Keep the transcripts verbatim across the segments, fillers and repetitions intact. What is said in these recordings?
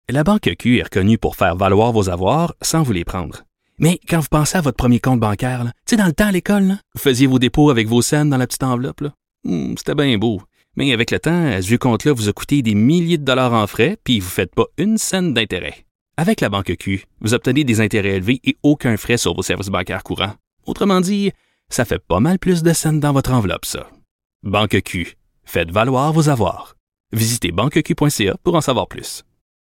La Banque Q est reconnue pour faire valoir vos avoirs sans vous les prendre. Mais quand vous pensez à votre premier compte bancaire, tu sais, dans le temps à l'école, là, vous faisiez vos dépôts avec vos scènes dans la petite enveloppe. Là. Hum, c'était bien beau. Mais avec le temps, ce vieux compte-là vous a coûté des milliers de dollars en frais, puis vous ne faites pas une scène d'intérêt. Avec la Banque Q, vous obtenez des intérêts élevés et aucun frais sur vos services bancaires courants. Autrement dit, ça fait pas mal plus de scènes dans votre enveloppe, ça. Banque Q. Faites valoir vos avoirs. Visitez banque q point c a pour en savoir plus.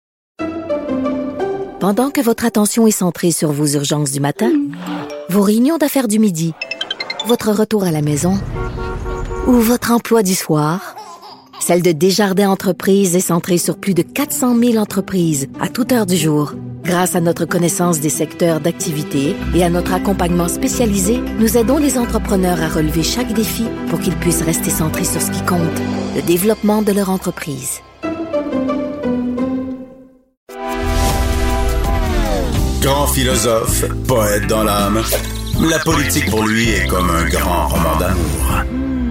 Pendant que votre attention est centrée sur vos urgences du matin, vos réunions d'affaires du midi, votre retour à la maison ou votre emploi du soir, celle de Desjardins Entreprises est centrée sur plus de quatre cent mille entreprises à toute heure du jour. Grâce à notre connaissance des secteurs d'activité et à notre accompagnement spécialisé, nous aidons les entrepreneurs à relever chaque défi pour qu'ils puissent rester centrés sur ce qui compte, le développement de leur entreprise. Grand philosophe, poète dans l'âme, la politique pour lui est comme un grand roman d'amour.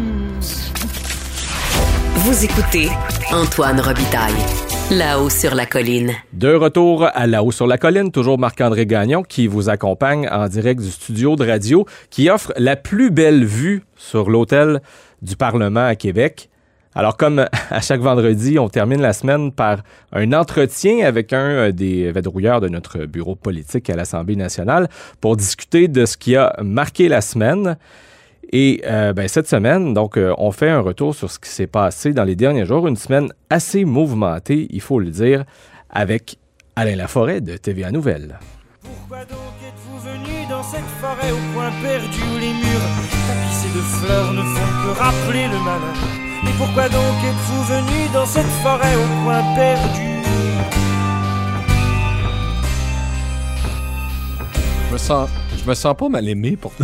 Vous écoutez Antoine Robitaille, là-haut sur la colline. De retour à là-haut sur la colline, toujours Marc-André Gagnon qui vous accompagne en direct du studio de radio qui offre la plus belle vue sur l'hôtel du Parlement à Québec. Alors, comme à chaque vendredi, on termine la semaine par un entretien avec un des vadrouilleurs de notre bureau politique à l'Assemblée nationale pour discuter de ce qui a marqué la semaine. Et euh, ben, cette semaine, donc, euh, on fait un retour sur ce qui s'est passé dans les derniers jours. Une semaine assez mouvementée, il faut le dire, avec Alain Laforêt de T V A Nouvelles. Pourquoi donc êtes-vous venu dans cette forêt au coin perdu où les murs tapissés de fleurs ne font que rappeler le malheur? Et pourquoi donc êtes-vous venu dans cette forêt au coin perdu? Je me sens, je me sens pas mal aimé pourtant.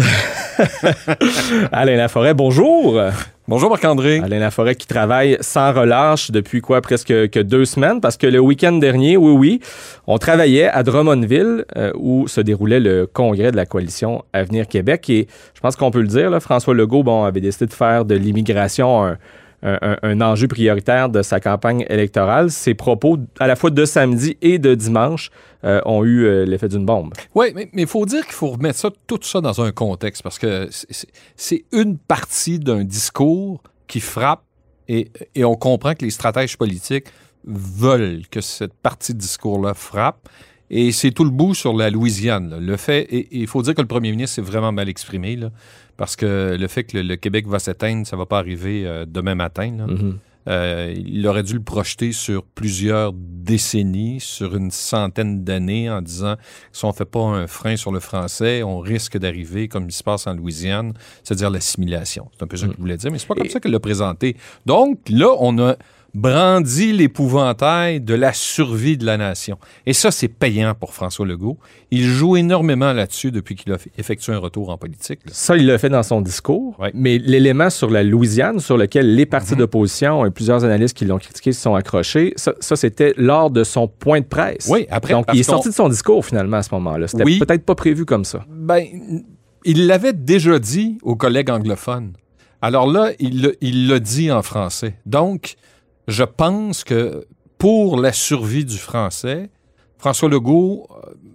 Alain Laforêt, bonjour. Bonjour Marc-André. Alain Laforêt qui travaille sans relâche depuis quoi, presque que deux semaines, parce que le week-end dernier, oui, oui, on travaillait à Drummondville, euh, où se déroulait le congrès de la coalition Avenir Québec. Et je pense qu'on peut le dire, là, François Legault bon, avait décidé de faire de l'immigration un, un, un, un enjeu prioritaire de sa campagne électorale. Ses propos, à la fois de samedi et de dimanche, euh, ont eu euh, l'effet d'une bombe. Oui, mais il faut dire qu'il faut remettre ça, tout ça dans un contexte, parce que c'est, c'est une partie d'un discours qui frappe, et, et on comprend que les stratèges politiques veulent que cette partie de discours-là frappe. Et c'est tout le bout sur la Louisiane. Là. Le fait, et il faut dire que le premier ministre s'est vraiment mal exprimé, là, parce que le fait que le, le Québec va s'éteindre, ça ne va pas arriver euh, demain matin. Là. Mm-hmm. Euh, il aurait dû le projeter sur plusieurs décennies, sur une centaine d'années, en disant que si on ne fait pas un frein sur le français, on risque d'arriver comme il se passe en Louisiane, c'est-à-dire l'assimilation. C'est un peu ça mm. qu'il voulait dire, mais c'est pas comme et... ça qu'il l'a présenté. Donc là, on a brandit l'épouvantail de la survie de la nation. Et ça, c'est payant pour François Legault. Il joue énormément là-dessus depuis qu'il a effectué un retour en politique. Là. Ça, il l'a fait dans son discours. Ouais. Mais l'élément sur la Louisiane, sur lequel les partis mm-hmm. d'opposition et plusieurs analystes qui l'ont critiqué se sont accrochés, ça, ça c'était lors de son point de presse. Oui, après... Donc, il est sorti de son discours, finalement, à ce moment-là. C'était oui. peut-être pas prévu comme ça. Ben, il l'avait déjà dit aux collègues anglophones. Alors là, il, il l'a dit en français. Donc... Je pense que pour la survie du français, François Legault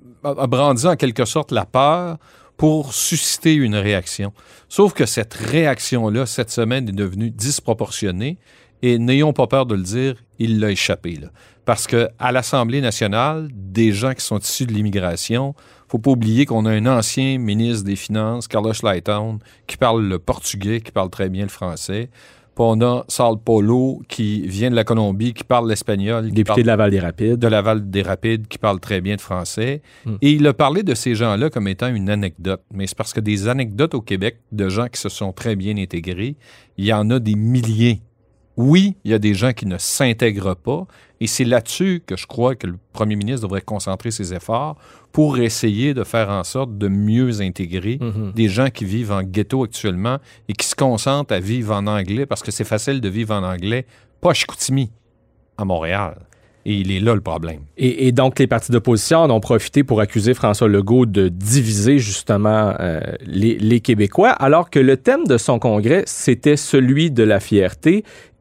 a brandi en quelque sorte la peur pour susciter une réaction. Sauf que cette réaction-là, cette semaine, est devenue disproportionnée et n'ayons pas peur de le dire, il l'a échappé. Là. Parce qu'à l'Assemblée nationale, des gens qui sont issus de l'immigration, il ne faut pas oublier qu'on a un ancien ministre des Finances, Carlos Leitão, qui parle le portugais, qui parle très bien le français. Puis on a Sal Paulo, qui vient de la Colombie, qui parle l'espagnol. Député de Laval-des-Rapides. De Laval-des-Rapides, qui parle très bien de français. Mm. Et il a parlé de ces gens-là comme étant une anecdote. Mais c'est parce que des anecdotes au Québec de gens qui se sont très bien intégrés, il y en a des milliers. Oui, il y a des gens qui ne s'intègrent pas. Et c'est là-dessus que je crois que le premier ministre devrait concentrer ses efforts pour essayer de faire en sorte de mieux intégrer mm-hmm. des gens qui vivent en ghetto actuellement et qui se concentrent à vivre en anglais parce que c'est facile de vivre en anglais, pas à Chicoutimi, à Montréal. Et il est là le problème. Et, et donc, les partis d'opposition en ont profité pour accuser François Legault de diviser justement euh, les, les Québécois, alors que le thème de son congrès, c'était celui de la fierté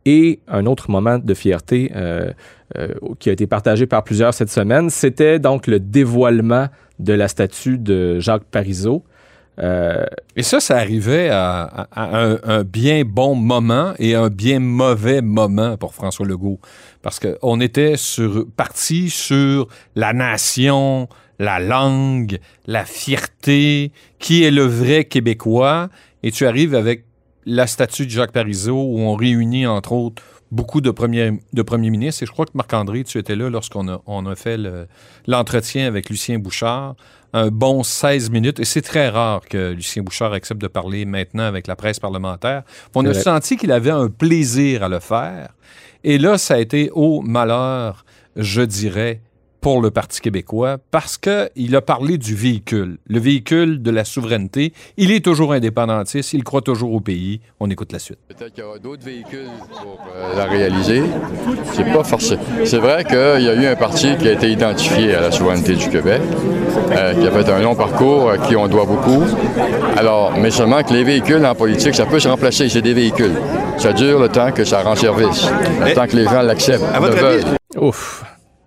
Et un autre moment de fierté euh, euh, qui a été partagé par plusieurs cette semaine, c'était donc le dévoilement de la statue de Jacques Parizeau. Euh, et ça, ça arrivait à, à, à un, un bien bon moment et un bien mauvais moment pour François Legault. Parce qu'on était sur, parti sur la nation, la langue, la fierté, qui est le vrai Québécois, et tu arrives avec la statue de Jacques Parizeau où on réunit, entre autres, beaucoup de premiers, de premiers ministres. Et je crois que Marc-André, tu étais là lorsqu'on a, on a fait le, l'entretien avec Lucien Bouchard. Un bon seize minutes. Et c'est très rare que Lucien Bouchard accepte de parler maintenant avec la presse parlementaire. On a senti qu'il avait un plaisir à le faire. Et là, ça a été au malheur, je dirais, pour le Parti québécois, parce qu'il a parlé du véhicule, le véhicule de la souveraineté. Il est toujours indépendantiste, il croit toujours au pays. On écoute la suite. Peut-être qu'il y aura d'autres véhicules pour euh, la réaliser. C'est pas forcé. C'est vrai qu'il y a eu un parti qui a été identifié à la souveraineté du Québec, euh, qui a fait un long parcours, à qui on doit beaucoup. Alors, mais seulement que les véhicules en politique, ça peut se remplacer. C'est des véhicules. Ça dure le temps que ça rend service, le mais, temps que les gens l'acceptent, le veulent. Ouf.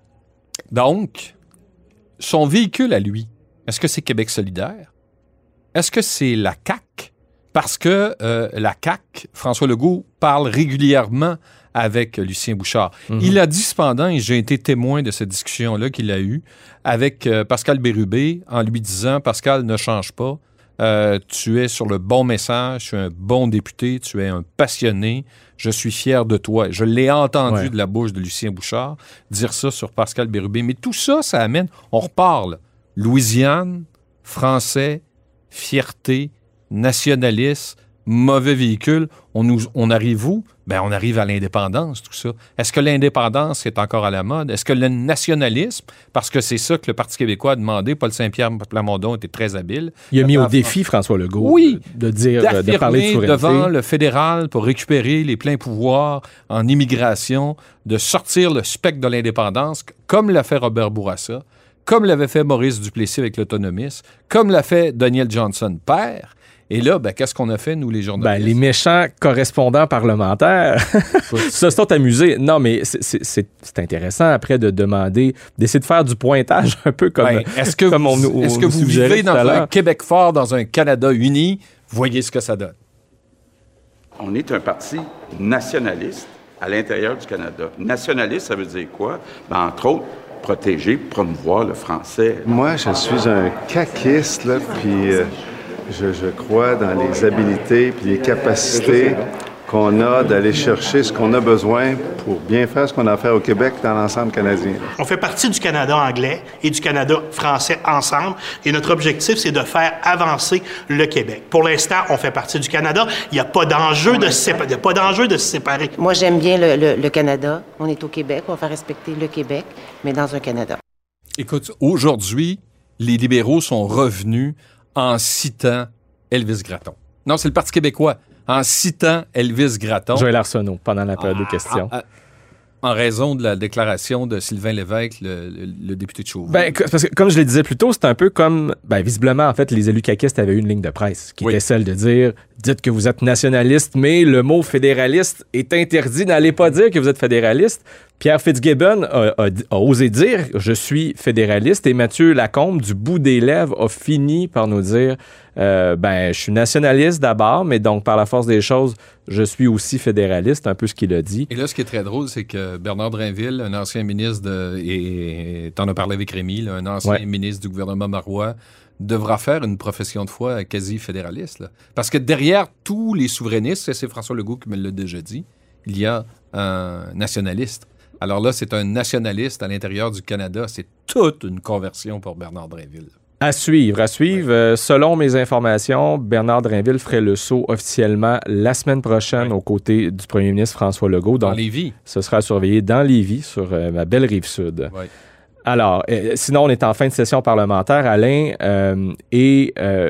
Donc, son véhicule à lui, est-ce que c'est Québec solidaire? Est-ce que c'est la C A Q? Parce que euh, la C A Q, François Legault parle régulièrement avec Lucien Bouchard. Mm-hmm. Il a dit cependant, et j'ai été témoin de cette discussion-là qu'il a eue avec euh, Pascal Bérubé, en lui disant « Pascal, ne change pas, euh, tu es sur le bon message, tu es un bon député, tu es un passionné, je suis fier de toi. » Je l'ai entendu ouais. de la bouche de Lucien Bouchard dire ça sur Pascal Bérubé. Mais tout ça, ça amène, on reparle, Louisiane, français, fierté, nationaliste, mauvais véhicule. On, nous, on arrive où? Ben, on arrive à l'indépendance, tout ça. Est-ce que l'indépendance est encore à la mode? Est-ce que le nationalisme, parce que c'est ça que le Parti québécois a demandé, Paul Saint-Pierre Plamondon était très habile. Il a mis au défi François Legault oui, de, dire, de parler de souveraineté. Devant le fédéral pour récupérer les pleins pouvoirs en immigration, de sortir le spectre de l'indépendance, comme l'a fait Robert Bourassa, comme l'avait fait Maurice Duplessis avec l'autonomisme, comme l'a fait Daniel Johnson père. Et là, ben, qu'est-ce qu'on a fait, nous, les journalistes? Ben, les méchants correspondants parlementaires se sont amusés. Non, mais c'est, c'est, c'est, c'est intéressant, après, de demander, d'essayer de faire du pointage un peu comme, ben, est-ce que comme vous, on, on Est-ce que vous vivez dans un Québec fort, dans un Canada uni? Voyez ce que ça donne. On est un parti nationaliste à l'intérieur du Canada. Nationaliste, ça veut dire quoi? Ben, entre autres, protéger, promouvoir le français. Moi, je suis un caquiste, là, puis... Euh... Je, je crois dans les habilités puis les capacités qu'on a d'aller chercher ce qu'on a besoin pour bien faire ce qu'on a à faire au Québec dans l'ensemble canadien. On fait partie du Canada anglais et du Canada français ensemble et notre objectif, c'est de faire avancer le Québec. Pour l'instant, on fait partie du Canada. Il n'y a pas d'enjeu de, sépa- de, pas d'enjeu de se séparer. Moi, j'aime bien le, le, le Canada. On est au Québec, on va faire respecter le Québec, mais dans un Canada. Écoute, aujourd'hui, les libéraux sont revenus en citant Elvis Gratton. Non, c'est le Parti québécois. En citant Elvis Gratton. Joël Arsenault, pendant la période ah, de questions. Ah, ah, en raison de la déclaration de Sylvain Lévesque, le, le, le député de Chauveau. Ben, parce que, comme je le disais plus tôt, c'est un peu comme... Ben, visiblement, en fait, les élus caquistes avaient eu une ligne de presse qui oui. était celle de dire « Dites que vous êtes nationaliste, mais le mot fédéraliste est interdit. N'allez pas dire que vous êtes fédéraliste. » Pierre Fitzgibbon a, a, a osé dire « Je suis fédéraliste » et Mathieu Lacombe, du bout des lèvres, a fini par nous dire euh, « Ben, je suis nationaliste d'abord, mais donc par la force des choses, je suis aussi fédéraliste », un peu ce qu'il a dit. Et là, ce qui est très drôle, c'est que Bernard Drainville, un ancien ministre de... et t'en as parlé avec Rémi, là, un ancien ouais. ministre du gouvernement Marois, devra faire une profession de foi quasi fédéraliste. Là. Parce que derrière tous les souverainistes, c'est François Legault qui me l'a déjà dit, il y a un nationaliste. Alors là, c'est un nationaliste à l'intérieur du Canada. C'est toute une conversion pour Bernard Drainville. À suivre, à suivre. Ouais. Euh, selon mes informations, Bernard Drainville ferait le saut officiellement la semaine prochaine ouais. aux côtés du premier ministre François Legault. Dans Donc, Lévis. Ce sera surveillé dans Lévis, sur euh, ma belle Rive-Sud. Ouais. Alors, euh, sinon, on est en fin de session parlementaire, Alain, euh, et euh,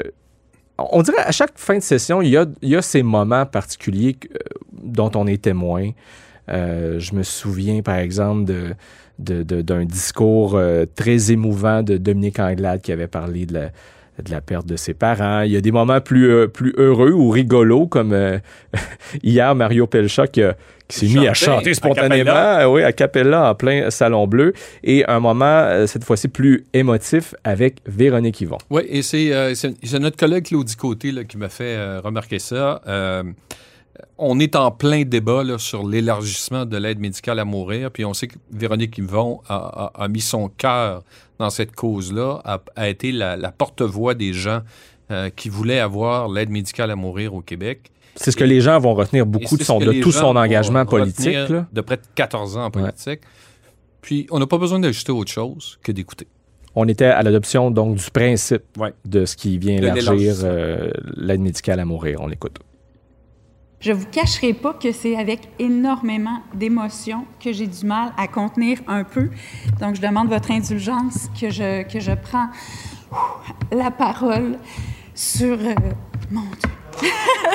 on dirait à chaque fin de session, il y a, il y a ces moments particuliers euh, dont on est témoin. Euh, je me souviens, par exemple, de, de, de, d'un discours euh, très émouvant de Dominique Anglade qui avait parlé de la, de la perte de ses parents. Il y a des moments plus, euh, plus heureux ou rigolos, comme euh, hier, Mario Pelcha qui, a, qui s'est mis à chanter spontanément, à oui, à cappella en plein Salon Bleu. Et un moment, euh, cette fois-ci, plus émotif avec Véronique Yvon. Oui, et c'est, euh, c'est, c'est notre collègue Claudie Côté là, qui m'a fait euh, remarquer ça. Euh, on est en plein débat là, sur l'élargissement de l'aide médicale à mourir, puis on sait que Véronique Yvon a, a, a mis son cœur dans cette cause-là, a, a été la, la porte-voix des gens euh, qui voulaient avoir l'aide médicale à mourir au Québec. C'est ce que et, les gens vont retenir beaucoup de, son, de tout son engagement politique. Là. De près de quatorze ans en politique. Ouais. Puis, on n'a pas besoin d'ajouter autre chose que d'écouter. On était à l'adoption donc du principe ouais. de ce qui vient élargir euh, l'aide médicale à mourir. On l'écoute. Je ne vous cacherai pas que c'est avec énormément d'émotions que j'ai du mal à contenir un peu. Donc, je demande votre indulgence que je, que je prends ouh, la parole sur... Euh, mon Dieu!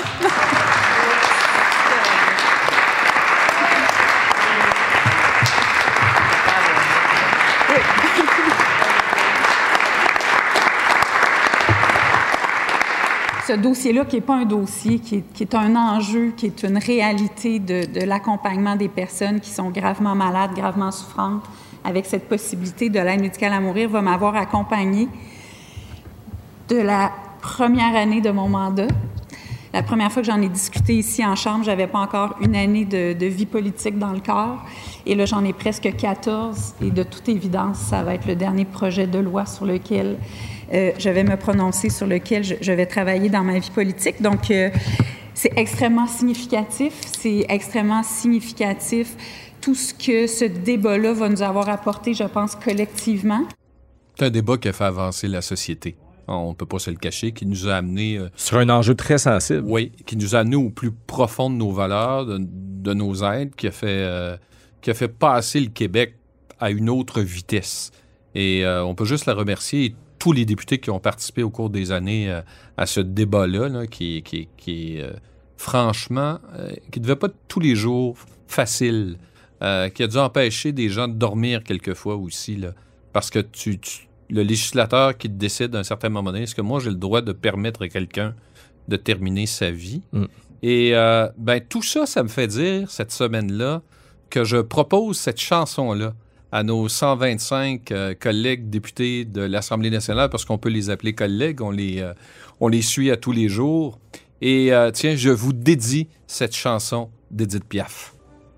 Ce dossier-là, qui n'est pas un dossier, qui est, qui est un enjeu, qui est une réalité de, de l'accompagnement des personnes qui sont gravement malades, gravement souffrantes, avec cette possibilité de l'aide médicale à mourir, va m'avoir accompagnée de la première année de mon mandat. La première fois que j'en ai discuté ici en Chambre, je n'avais pas encore une année de, de vie politique dans le corps. Et là, j'en ai presque quatorze. Et de toute évidence, ça va être le dernier projet de loi sur lequel euh, je vais me prononcer, sur lequel je, je vais travailler dans ma vie politique. Donc, euh, c'est extrêmement significatif. C'est extrêmement significatif tout ce que ce débat-là va nous avoir apporté, je pense, collectivement. C'est un débat qui a fait avancer la société. On ne peut pas se le cacher, qui nous a amené... Euh, Sur un enjeu très sensible. Oui, qui nous a amené au plus profond de nos valeurs, de, de nos aides, qui a, fait, euh, qui a fait passer le Québec à une autre vitesse. Et euh, on peut juste la remercier, et tous les députés qui ont participé au cours des années euh, à ce débat-là, là, qui, qui, qui est euh, franchement, euh, qui ne devait pas être tous les jours facile, euh, qui a dû empêcher des gens de dormir quelquefois aussi, là, parce que tu... tu le législateur qui décide à un certain moment donné, est-ce que moi, j'ai le droit de permettre à quelqu'un de terminer sa vie? Mm. Et euh, ben tout ça, ça me fait dire, cette semaine-là, que je propose cette chanson-là à nos cent vingt-cinq euh, collègues députés de l'Assemblée nationale, parce qu'on peut les appeler collègues, on les, euh, on les suit à tous les jours. Et euh, tiens, je vous dédie cette chanson d'Édith Piaf.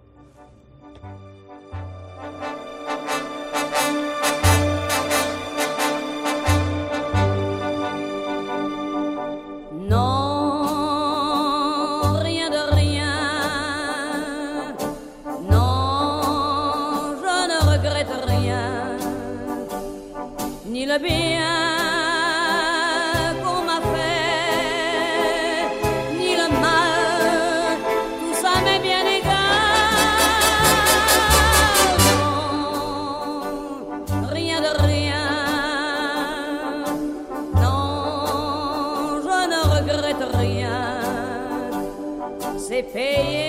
Le bien qu'on m'a fait, ni le mal, tout ça m'est bien égal. Non, rien de rien. Non, je ne regrette rien. C'est payé.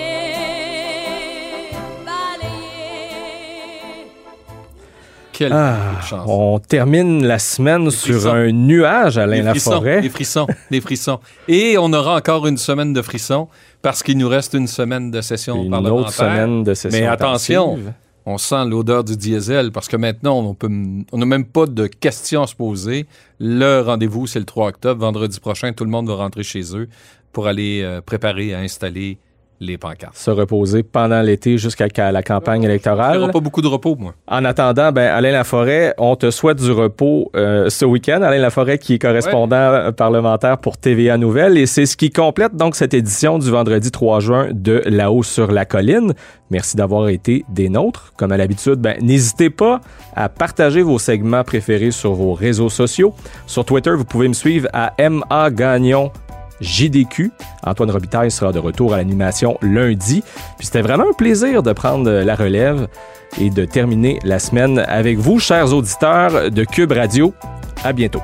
Ah, on termine la semaine sur un nuage, Alain Laforêt. Des frissons, des frissons. Et on aura encore une semaine de frissons parce qu'il nous reste une semaine de session une parlementaire. Une autre semaine de session Mais attention, tardive. On sent l'odeur du diesel parce que maintenant, on peut, on n'a même pas de questions à se poser. Le rendez-vous, c'est le trois octobre. Vendredi prochain, tout le monde va rentrer chez eux pour aller euh, préparer à installer les pancartes. Se reposer pendant l'été jusqu'à la campagne électorale. Il n'y aura pas beaucoup de repos, moi. En attendant, ben, Alain Laforêt, on te souhaite du repos euh, ce week-end. Alain Laforêt qui est correspondant ouais. parlementaire pour T V A Nouvelles. Et c'est ce qui complète donc cette édition du vendredi trois juin de Là-haut sur la colline. Merci d'avoir été des nôtres. Comme à l'habitude, ben, n'hésitez pas à partager vos segments préférés sur vos réseaux sociaux. Sur Twitter, vous pouvez me suivre à M A Gagnon J D Q. Antoine Robitaille sera de retour à l'animation lundi. Puis c'était vraiment un plaisir de prendre la relève et de terminer la semaine avec vous, chers auditeurs de Cube Radio. À bientôt.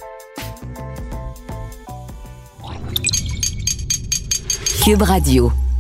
Cube Radio.